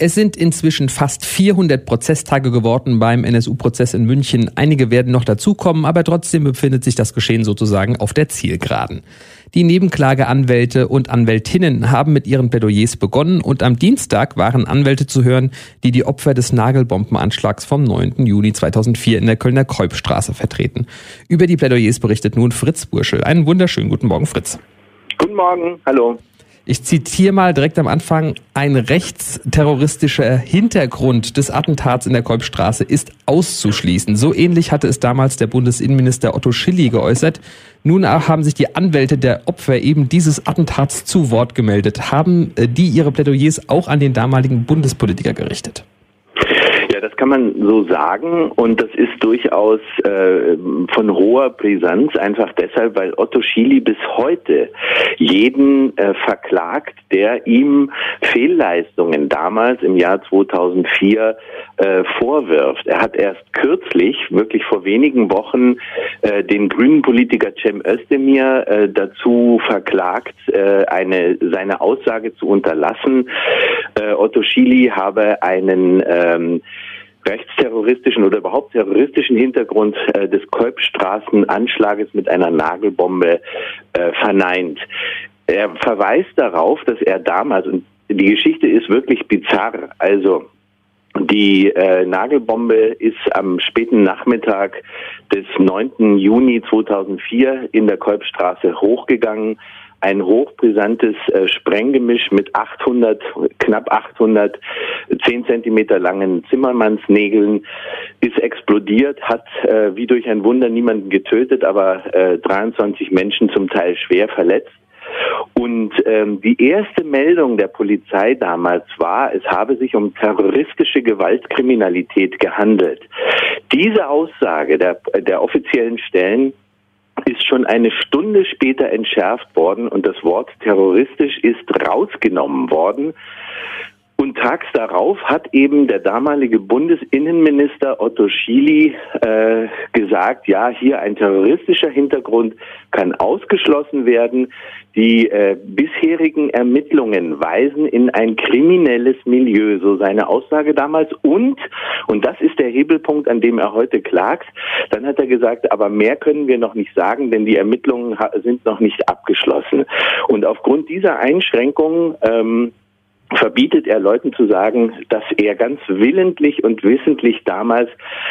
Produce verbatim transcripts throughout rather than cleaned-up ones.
Es sind inzwischen fast vierhundert Prozesstage geworden beim N S U-Prozess in München. Einige werden noch dazukommen, aber trotzdem befindet sich das Geschehen sozusagen auf der Zielgeraden. Die Nebenklageanwälte und Anwältinnen haben mit ihren Plädoyers begonnen und am Dienstag waren Anwälte zu hören, die die Opfer des Nagelbombenanschlags vom neunten Juni zweitausendvier in der Kölner Keupstraße vertreten. Über die Plädoyers berichtet nun Fritz Burschel. Einen wunderschönen guten Morgen, Fritz. Guten Morgen, hallo. Ich zitiere mal direkt am Anfang: Ein rechtsterroristischer Hintergrund des Attentats in der Keupstraße ist auszuschließen. So ähnlich hatte es damals der Bundesinnenminister Otto Schily geäußert. Nun haben sich die Anwälte der Opfer eben dieses Attentats zu Wort gemeldet. Haben die ihre Plädoyers auch an den damaligen Bundespolitiker gerichtet? Ja, das kann man so sagen, und das ist durchaus äh, von hoher Brisanz, einfach deshalb, weil Otto Schily bis heute jeden äh, verklagt, der ihm Fehlleistungen damals im Jahr zweitausendvier äh, vorwirft. Er hat erst kürzlich, wirklich vor wenigen Wochen, äh, den grünen Politiker Cem Özdemir äh, dazu verklagt, äh, eine seine Aussage zu unterlassen. Äh, Otto Schily habe einen ähm, rechtsterroristischen oder überhaupt terroristischen Hintergrund äh, des Keupstraßenanschlages mit einer Nagelbombe äh, verneint. Er verweist darauf, dass er damals, und die Geschichte ist wirklich bizarr, also die äh, Nagelbombe ist am späten Nachmittag des neunten Juni zweitausendvier in der Keupstraße hochgegangen. Ein hochbrisantes äh, Sprenggemisch mit achthundert, knapp achthundert zehn Zentimeter langen Zimmermannsnägeln ist explodiert, hat äh, wie durch ein Wunder niemanden getötet, aber äh, dreiundzwanzig Menschen zum Teil schwer verletzt. Und ähm, die erste Meldung der Polizei damals war, es habe sich um terroristische Gewaltkriminalität gehandelt. Diese Aussage der, der offiziellen Stellen ist schon eine Stunde später entschärft worden und das Wort terroristisch ist rausgenommen worden. Und tags darauf hat eben der damalige Bundesinnenminister Otto Schily äh, gesagt, ja, hier ein terroristischer Hintergrund kann ausgeschlossen werden. Die äh, bisherigen Ermittlungen weisen in ein kriminelles Milieu, so seine Aussage damals. Und, und das ist der Hebelpunkt, an dem er heute klagt, dann hat er gesagt, aber mehr können wir noch nicht sagen, denn die Ermittlungen ha- sind noch nicht abgeschlossen. Und aufgrund dieser Einschränkungen ähm, verbietet er Leuten zu sagen, dass er ganz willentlich und wissentlich damals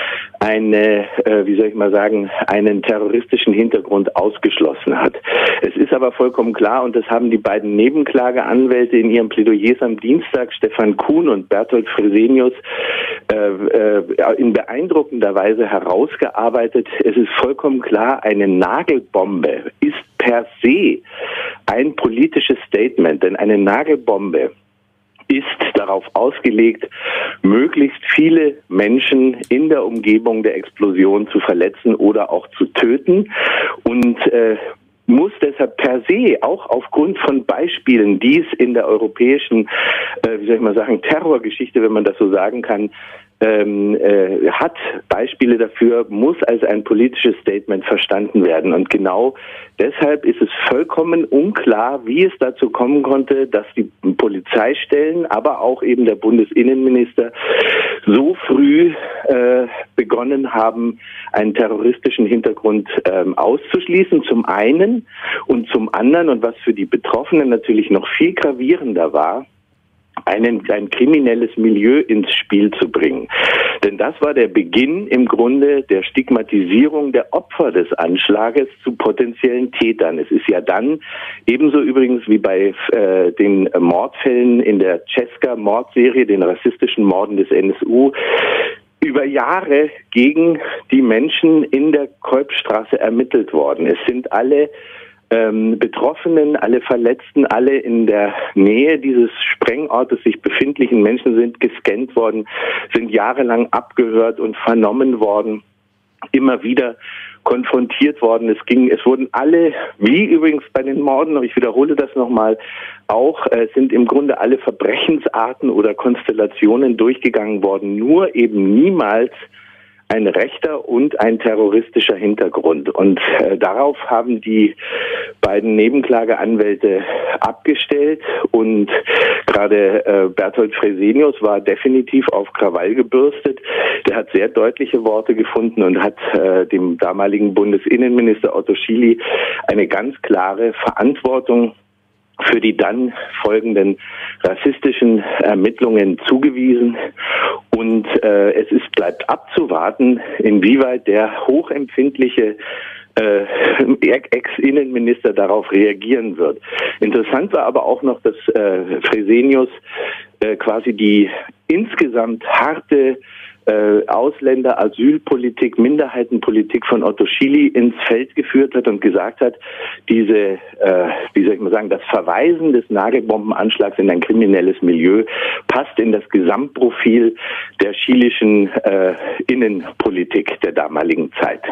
eine, äh, wie soll ich mal sagen, einen terroristischen Hintergrund ausgeschlossen hat. Es ist aber vollkommen klar, und das haben die beiden Nebenklageanwälte in ihren Plädoyers am Dienstag, Stefan Kuhn und Bertolt Fresenius, äh, äh, in beeindruckender Weise herausgearbeitet. Es ist vollkommen klar, eine Nagelbombe ist per se ein politisches Statement, denn eine Nagelbombe ist darauf ausgelegt, möglichst viele Menschen in der Umgebung der Explosion zu verletzen oder auch zu töten und äh, muss deshalb per se auch aufgrund von Beispielen, die es in der europäischen, äh, wie soll ich mal sagen, Terrorgeschichte, wenn man das so sagen kann, ähm, äh, hat, Beispiele dafür, muss als ein politisches Statement verstanden werden. Und genau deshalb ist es vollkommen unklar, wie es dazu kommen konnte, dass die Polizeistellen, aber auch eben der Bundesinnenminister so früh äh, begonnen haben, einen terroristischen Hintergrund ähm, auszuschließen, zum einen, und zum anderen, und was für die Betroffenen natürlich noch viel gravierender war, Einen, ein kriminelles Milieu ins Spiel zu bringen. Denn das war der Beginn im Grunde der Stigmatisierung der Opfer des Anschlages zu potenziellen Tätern. Es ist ja dann, ebenso übrigens wie bei äh, den Mordfällen in der Cesca-Mordserie, den rassistischen Morden des N S U, über Jahre gegen die Menschen in der Keupstraße ermittelt worden. Es sind alle Ähm, Betroffenen, alle Verletzten, alle in der Nähe dieses Sprengortes sich befindlichen Menschen sind gescannt worden, sind jahrelang abgehört und vernommen worden, immer wieder konfrontiert worden. Es ging, es wurden alle, wie übrigens bei den Morden, aber ich wiederhole das nochmal, auch äh, sind im Grunde alle Verbrechensarten oder Konstellationen durchgegangen worden, nur eben niemals ein rechter und ein terroristischer Hintergrund. Und äh, darauf haben die beiden Nebenklageanwälte abgestellt und gerade äh, Berthold Fresenius war definitiv auf Krawall gebürstet. Der hat sehr deutliche Worte gefunden und hat äh, dem damaligen Bundesinnenminister Otto Schily eine ganz klare Verantwortung für die dann folgenden rassistischen Ermittlungen zugewiesen. Und äh, es ist bleibt abzuwarten, inwieweit der hochempfindliche äh, Ex-Innenminister darauf reagieren wird. Interessant war aber auch noch, dass äh, Fresenius äh, quasi die insgesamt harte Äh, Ausländer-, Asylpolitik, Minderheitenpolitik von Otto Schily ins Feld geführt hat und gesagt hat, diese, äh, wie soll ich mal sagen, das Verweisen des Nagelbombenanschlags in ein kriminelles Milieu passt in das Gesamtprofil der schilischen äh, Innenpolitik der damaligen Zeit.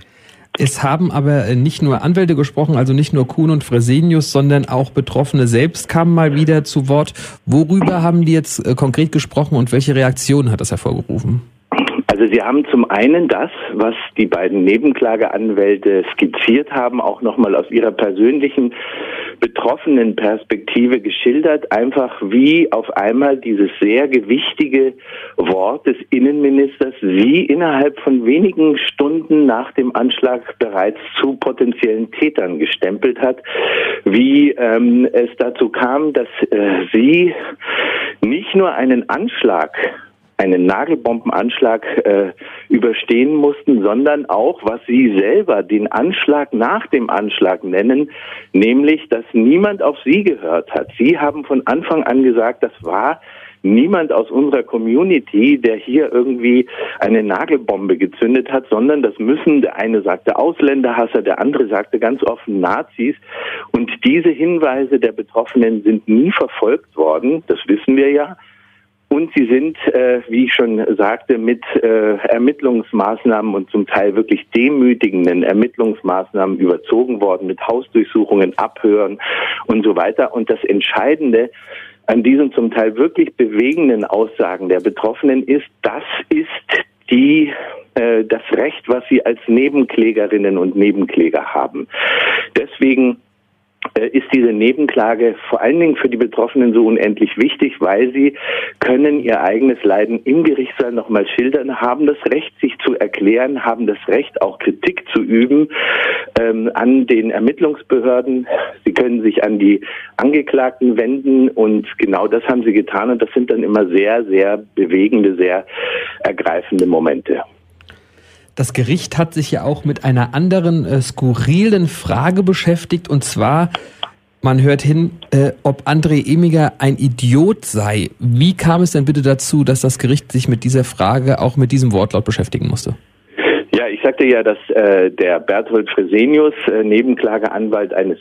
Es haben aber nicht nur Anwälte gesprochen, also nicht nur Kuhn und Fresenius, sondern auch Betroffene selbst kamen mal wieder zu Wort. Worüber haben die jetzt äh, konkret gesprochen und welche Reaktionen hat das hervorgerufen? Also Sie haben zum einen das, was die beiden Nebenklageanwälte skizziert haben, auch nochmal aus ihrer persönlichen betroffenen Perspektive geschildert, einfach wie auf einmal dieses sehr gewichtige Wort des Innenministers sie innerhalb von wenigen Stunden nach dem Anschlag bereits zu potenziellen Tätern gestempelt hat, wie ähm, es dazu kam, dass äh, sie nicht nur einen Anschlag einen Nagelbombenanschlag äh, überstehen mussten, sondern auch, was sie selber den Anschlag nach dem Anschlag nennen, nämlich, dass niemand auf sie gehört hat. Sie haben von Anfang an gesagt, das war niemand aus unserer Community, der hier irgendwie eine Nagelbombe gezündet hat, sondern das müssen, der eine sagte Ausländerhasser, der andere sagte ganz offen Nazis. Und diese Hinweise der Betroffenen sind nie verfolgt worden, das wissen wir ja. Und sie sind, äh, wie ich schon sagte, mit äh, Ermittlungsmaßnahmen und zum Teil wirklich demütigenden Ermittlungsmaßnahmen überzogen worden, mit Hausdurchsuchungen, Abhören und so weiter. Und das Entscheidende an diesen zum Teil wirklich bewegenden Aussagen der Betroffenen ist, das ist die äh, das Recht, was sie als Nebenklägerinnen und Nebenkläger haben. Deswegen ist diese Nebenklage vor allen Dingen für die Betroffenen so unendlich wichtig, weil sie können ihr eigenes Leiden im Gerichtssaal nochmal schildern, haben das Recht, sich zu erklären, haben das Recht, auch Kritik zu üben ähm, an den Ermittlungsbehörden. Sie können sich an die Angeklagten wenden und genau das haben sie getan und das sind dann immer sehr, sehr bewegende, sehr ergreifende Momente. Das Gericht hat sich ja auch mit einer anderen äh, skurrilen Frage beschäftigt, und zwar, man hört hin, äh, ob André Eminger ein Idiot sei. Wie kam es denn bitte dazu, dass das Gericht sich mit dieser Frage auch mit diesem Wortlaut beschäftigen musste? Ja, ich sagte ja, dass äh, der Berthold Fresenius, äh, Nebenklageanwalt eines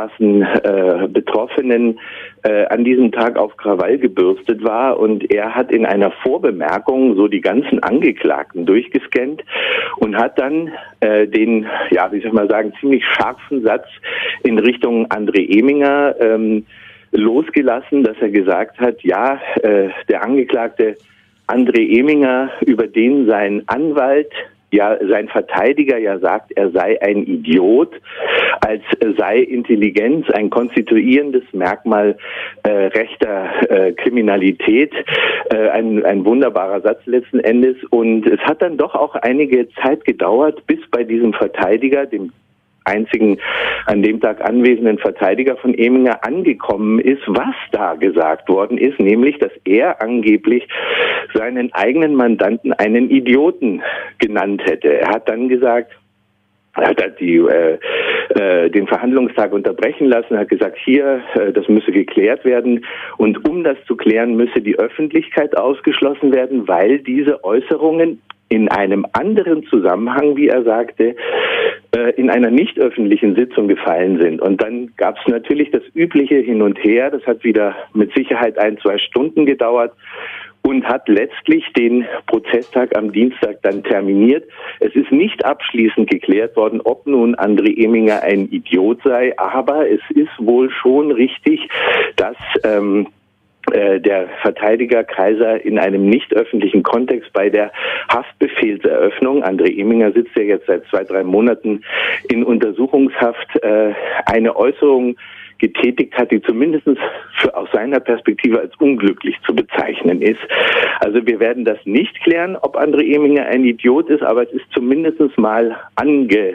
Kolbstraßen-Betroffenen, äh, an diesem Tag auf Krawall gebürstet war und er hat in einer Vorbemerkung so die ganzen Angeklagten durchgescannt und hat dann äh, den, ja, wie soll ich mal sagen, ziemlich scharfen Satz in Richtung André Eminger ähm, losgelassen, dass er gesagt hat, ja, äh, der Angeklagte André Eminger, über den sein Anwalt, ja, sein Verteidiger ja sagt, er sei ein Idiot, als sei Intelligenz ein konstituierendes Merkmal äh, rechter äh, Kriminalität, äh, ein, ein wunderbarer Satz letzten Endes. Und es hat dann doch auch einige Zeit gedauert, bis bei diesem Verteidiger, dem einzigen an dem Tag anwesenden Verteidiger von Eminger, angekommen ist, was da gesagt worden ist, nämlich, dass er angeblich seinen eigenen Mandanten einen Idioten genannt hätte. Er hat dann gesagt, er hat die, äh, äh, den Verhandlungstag unterbrechen lassen, hat gesagt, hier, äh, das müsse geklärt werden. Und um das zu klären, müsse die Öffentlichkeit ausgeschlossen werden, weil diese Äußerungen in einem anderen Zusammenhang, wie er sagte, äh, in einer nicht öffentlichen Sitzung gefallen sind. Und dann gab es natürlich das übliche Hin und Her. Das hat wieder mit Sicherheit ein, zwei Stunden gedauert und hat letztlich den Prozesstag am Dienstag dann terminiert. Es ist nicht abschließend geklärt worden, ob nun André Eminger ein Idiot sei, aber es ist wohl schon richtig, dass ähm, der Verteidiger Kaiser in einem nicht öffentlichen Kontext bei der Haftbefehlseröffnung, André Eminger sitzt ja jetzt seit zwei, drei Monaten in Untersuchungshaft, eine Äußerung getätigt hat, die zumindest für, aus seiner Perspektive als unglücklich zu bezeichnen ist. Also wir werden das nicht klären, ob André Eminger ein Idiot ist, aber es ist zumindest mal angedacht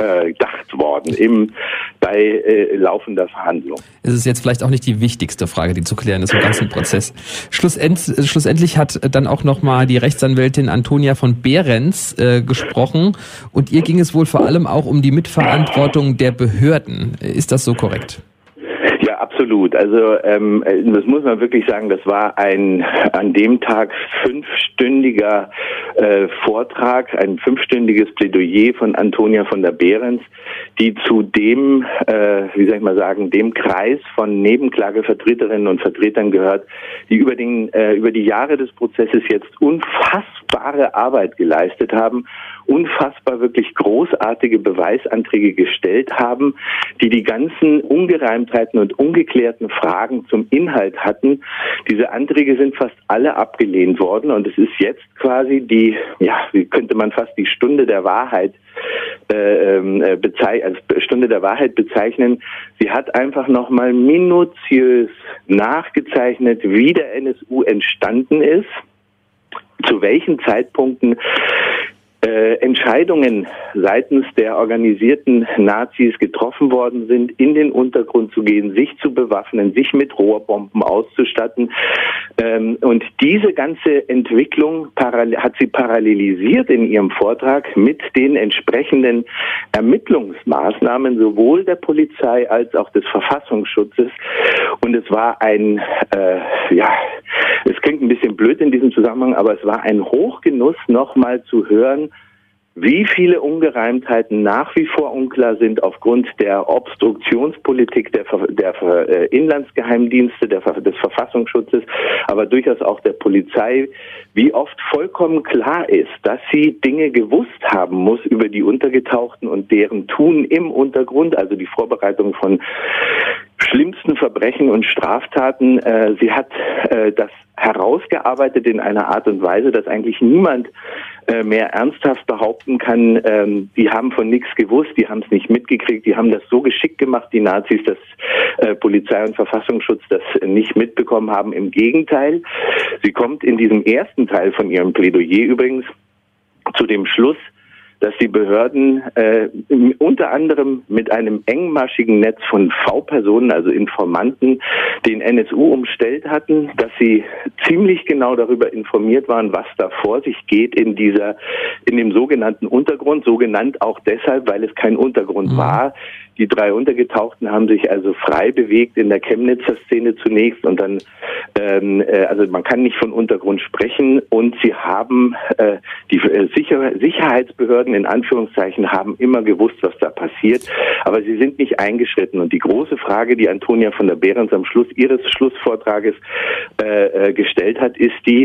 worden im, bei äh, laufender Verhandlung. Es ist jetzt vielleicht auch nicht die wichtigste Frage, die zu klären ist im ganzen Prozess. Schlussend, schlussendlich hat dann auch nochmal die Rechtsanwältin Antonia von Behrens äh, gesprochen und ihr ging es wohl vor allem auch um die Mitverantwortung der Behörden. Ist das so korrekt? Absolut. Also ähm, das muss man wirklich sagen, das war ein an dem Tag fünfstündiger äh, Vortrag, ein fünfstündiges Plädoyer von Antonia von der Behrens, die zu dem, äh, wie soll ich mal sagen, dem Kreis von Nebenklagevertreterinnen und Vertretern gehört, die über den äh, über die Jahre des Prozesses jetzt unfassbare Arbeit geleistet haben, unfassbar wirklich großartige Beweisanträge gestellt haben, die die ganzen Ungereimtheiten und ungeklärten Fragen zum Inhalt hatten. Diese Anträge sind fast alle abgelehnt worden und es ist jetzt quasi die, ja, wie könnte man fast die Stunde der Wahrheit äh, äh, bezei- als Stunde der Wahrheit bezeichnen. Sie hat einfach nochmal minutiös nachgezeichnet, wie der N S U entstanden ist, zu welchen Zeitpunkten Äh, Entscheidungen seitens der organisierten Nazis getroffen worden sind, in den Untergrund zu gehen, sich zu bewaffnen, sich mit Rohrbomben auszustatten. Ähm, und diese ganze Entwicklung paral- hat sie parallelisiert in ihrem Vortrag mit den entsprechenden Ermittlungsmaßnahmen sowohl der Polizei als auch des Verfassungsschutzes. Und es war ein, äh, ja, es klingt ein bisschen blöd in diesem Zusammenhang, aber es war ein Hochgenuss, nochmal zu hören, wie viele Ungereimtheiten nach wie vor unklar sind aufgrund der Obstruktionspolitik der, der äh, Inlandsgeheimdienste, der, des Verfassungsschutzes, aber durchaus auch der Polizei, wie oft vollkommen klar ist, dass sie Dinge gewusst haben muss über die Untergetauchten und deren Tun im Untergrund, also die Vorbereitung von schlimmsten Verbrechen und Straftaten. Äh, sie hat äh, das herausgearbeitet in einer Art und Weise, dass eigentlich niemand äh, mehr ernsthaft behaupten kann, ähm, die haben von nichts gewusst, die haben es nicht mitgekriegt, die haben das so geschickt gemacht, die Nazis, dass äh, Polizei und Verfassungsschutz das nicht mitbekommen haben. Im Gegenteil, sie kommt in diesem ersten Teil von ihrem Plädoyer übrigens zu dem Schluss, dass die Behörden äh, unter anderem mit einem engmaschigen Netz von V-Personen, also Informanten, den N S U umstellt hatten, dass sie ziemlich genau darüber informiert waren, was da vor sich geht in dieser, in dem sogenannten Untergrund, so genannt auch deshalb, weil es kein Untergrund mhm. war. Die drei Untergetauchten haben sich also frei bewegt in der Chemnitzer Szene zunächst und dann, ähm, äh, also man kann nicht von Untergrund sprechen und sie haben, äh, die äh, Sicher- Sicherheitsbehörden in Anführungszeichen haben immer gewusst, was da passiert, aber sie sind nicht eingeschritten. Und die große Frage, die Antonia von der Behrens am Schluss ihres Schlussvortrages äh, äh, gestellt hat, ist die,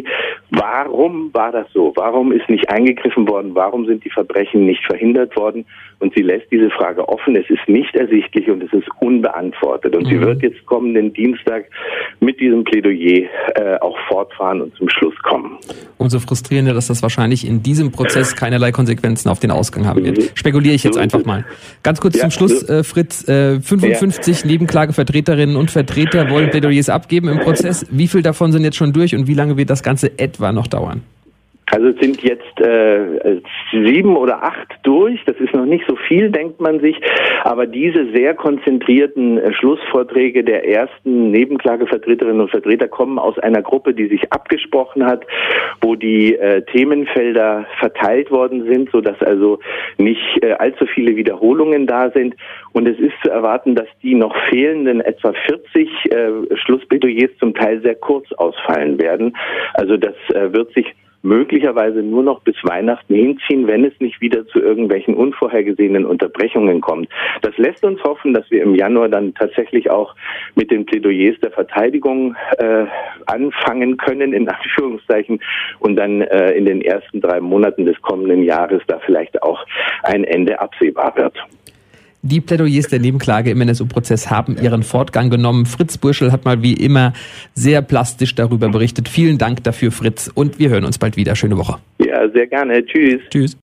warum war das so? Warum ist nicht eingegriffen worden? Warum sind die Verbrechen nicht verhindert worden? Und sie lässt diese Frage offen. Es ist nicht ersichtlich und es ist unbeantwortet. Und mhm. sie wird jetzt kommenden Dienstag mit diesem Plädoyer äh, auch fortfahren und zum Schluss kommen. Umso frustrierender, dass das wahrscheinlich in diesem Prozess keinerlei Konsequenzen auf den Ausgang haben wird. Spekuliere ich jetzt so einfach mal. Ganz kurz ja, zum Schluss, so. äh, Fritz. Äh, fünfundfünfzig ja. Nebenklagevertreterinnen und Vertreter wollen Plädoyers abgeben im Prozess. Wie viel davon sind jetzt schon durch und wie lange wird das Ganze etwa noch dauern? Also es sind jetzt äh, sieben oder acht durch. Das ist noch nicht so viel, denkt man sich. Aber diese sehr konzentrierten äh, Schlussvorträge der ersten Nebenklagevertreterinnen und Vertreter kommen aus einer Gruppe, die sich abgesprochen hat, wo die äh, Themenfelder verteilt worden sind, sodass also nicht äh, allzu viele Wiederholungen da sind. Und es ist zu erwarten, dass die noch fehlenden etwa vierzig äh, Schlussplädoyers zum Teil sehr kurz ausfallen werden. Also das äh, wird sich möglicherweise nur noch bis Weihnachten hinziehen, wenn es nicht wieder zu irgendwelchen unvorhergesehenen Unterbrechungen kommt. Das lässt uns hoffen, dass wir im Januar dann tatsächlich auch mit den Plädoyers der Verteidigung äh, anfangen können, in Anführungszeichen, und dann äh, in den ersten drei Monaten des kommenden Jahres da vielleicht auch ein Ende absehbar wird. Die Plädoyers der Nebenklage im N S U-Prozess haben ihren Fortgang genommen. Fritz Burschel hat mal wie immer sehr plastisch darüber berichtet. Vielen Dank dafür, Fritz. Und wir hören uns bald wieder. Schöne Woche. Ja, sehr gerne. Tschüss. Tschüss.